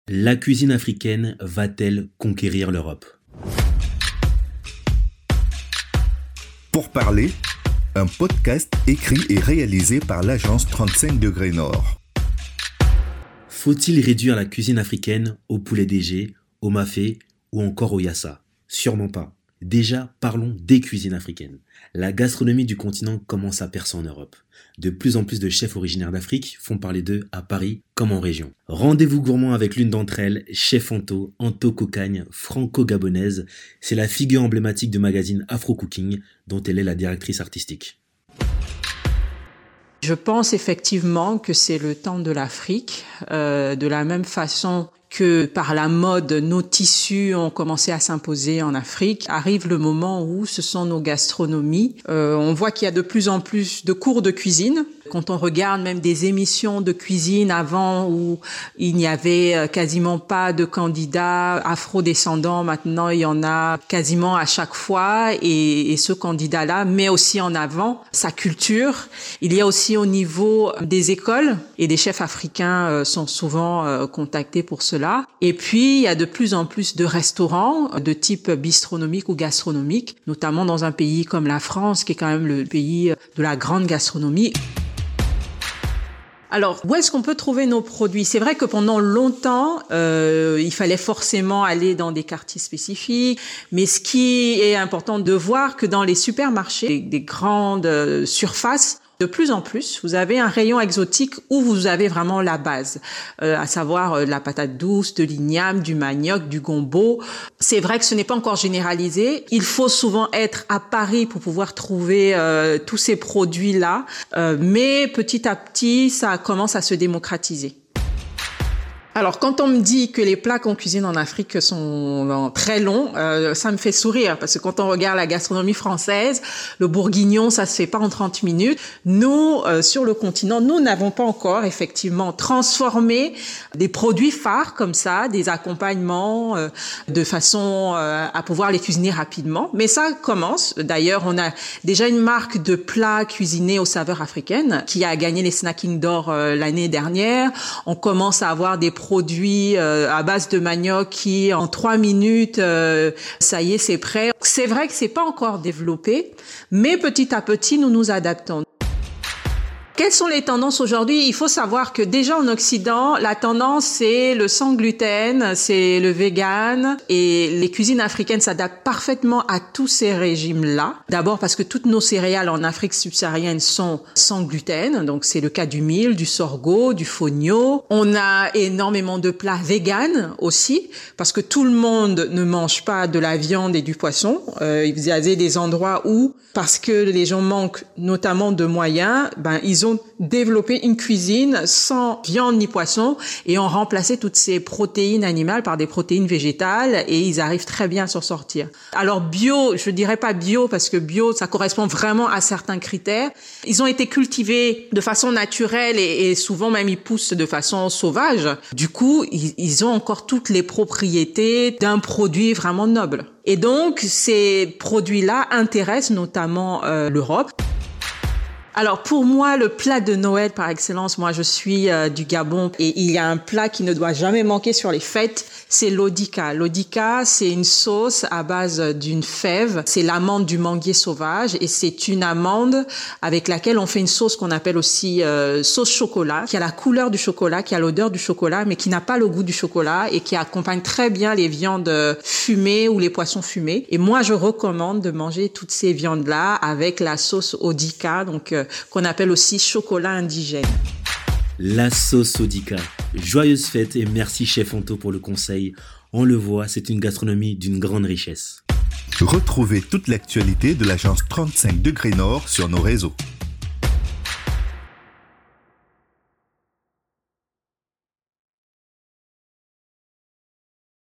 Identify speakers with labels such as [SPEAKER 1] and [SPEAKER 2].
[SPEAKER 1] La cuisine africaine va-t-elle conquérir l'Europe ?
[SPEAKER 2] Pour parler, un podcast écrit et réalisé par l'agence 35 degrés Nord.
[SPEAKER 1] Faut-il réduire la cuisine africaine au poulet DG, au mafé ou encore au yassa ? Sûrement pas. Déjà, parlons des cuisines africaines. La gastronomie du continent commence à percer en Europe. De plus en plus de chefs originaires d'Afrique font parler d'eux à Paris comme en région. Rendez-vous gourmand avec l'une d'entre elles, Chef Anto Cocagne, franco-gabonaise. C'est la figure emblématique du magazine Afro Cooking, dont elle est la directrice artistique.
[SPEAKER 3] Je pense effectivement que c'est le temps de l'Afrique, de la même façon que par la mode, nos tissus ont commencé à s'imposer en Afrique. Arrive le moment où ce sont nos gastronomies. On voit qu'il y a de plus en plus de cours de cuisine. Quand on regarde même des émissions de cuisine avant où il n'y avait quasiment pas de candidats afro-descendants, maintenant il y en a quasiment à chaque fois et ce candidat-là met aussi en avant sa culture. Il y a aussi au niveau des écoles et des chefs africains sont souvent contactés pour cela. Et puis il y a de plus en plus de restaurants de type bistronomique ou gastronomique, notamment dans un pays comme la France qui est quand même le pays de la grande gastronomie. Alors, où est-ce qu'on peut trouver nos produits ? C'est vrai que pendant longtemps, il fallait forcément aller dans des quartiers spécifiques, mais ce qui est important de voir que dans les supermarchés, des grandes surfaces, de plus en plus, vous avez un rayon exotique où vous avez vraiment la base, à savoir la patate douce, de l'igname, du manioc, du gombo. C'est vrai que ce n'est pas encore généralisé. Il faut souvent être à Paris pour pouvoir trouver tous ces produits-là, mais petit à petit, ça commence à se démocratiser. Alors, quand on me dit que les plats qu'on cuisine en Afrique sont très longs, ça me fait sourire parce que quand on regarde la gastronomie française, le bourguignon, ça se fait pas en 30 minutes. Nous, sur le continent, nous n'avons pas encore effectivement transformé des produits phares comme ça, des accompagnements de façon à pouvoir les cuisiner rapidement. Mais ça commence. D'ailleurs, on a déjà une marque de plats cuisinés aux saveurs africaines qui a gagné les Snacking d'or l'année dernière. On commence à avoir des produits à base de manioc qui en 3 minutes, ça y est, c'est prêt. C'est vrai que c'est pas encore développé, mais petit à petit, nous nous adaptons. Quelles sont les tendances aujourd'hui ? Il faut savoir que déjà en Occident, la tendance c'est le sans gluten, c'est le vegan et les cuisines africaines s'adaptent parfaitement à tous ces régimes-là. D'abord parce que toutes nos céréales en Afrique subsaharienne sont sans gluten, donc c'est le cas du mil, du sorgho, du fonio. On a énormément de plats vegan aussi parce que tout le monde ne mange pas de la viande et du poisson. Il y a des endroits où, parce que les gens manquent notamment de moyens, ils ont développé une cuisine sans viande ni poisson et ont remplacé toutes ces protéines animales par des protéines végétales et ils arrivent très bien à s'en sortir. Alors bio, je dirais pas bio parce que bio, ça correspond vraiment à certains critères. Ils ont été cultivés de façon naturelle et souvent même ils poussent de façon sauvage. Du coup, ils ont encore toutes les propriétés d'un produit vraiment noble. Et donc, ces produits-là intéressent notamment l'Europe. Alors pour moi, le plat de Noël par excellence, moi je suis du Gabon et il y a un plat qui ne doit jamais manquer sur les fêtes, c'est l'odika. L'odika, c'est une sauce à base d'une fève, c'est l'amande du manguier sauvage et c'est une amande avec laquelle on fait une sauce qu'on appelle aussi sauce chocolat, qui a la couleur du chocolat, qui a l'odeur du chocolat, mais qui n'a pas le goût du chocolat et qui accompagne très bien les viandes fumées ou les poissons fumés. Et moi, je recommande de manger toutes ces viandes-là avec la sauce odika, donc qu'on appelle aussi chocolat indigène.
[SPEAKER 1] La sauce odika. Joyeuse fête et merci Chef Anto pour le conseil. On le voit, c'est une gastronomie d'une grande richesse.
[SPEAKER 2] Retrouvez toute l'actualité de l'agence 35 degrés Nord sur nos réseaux.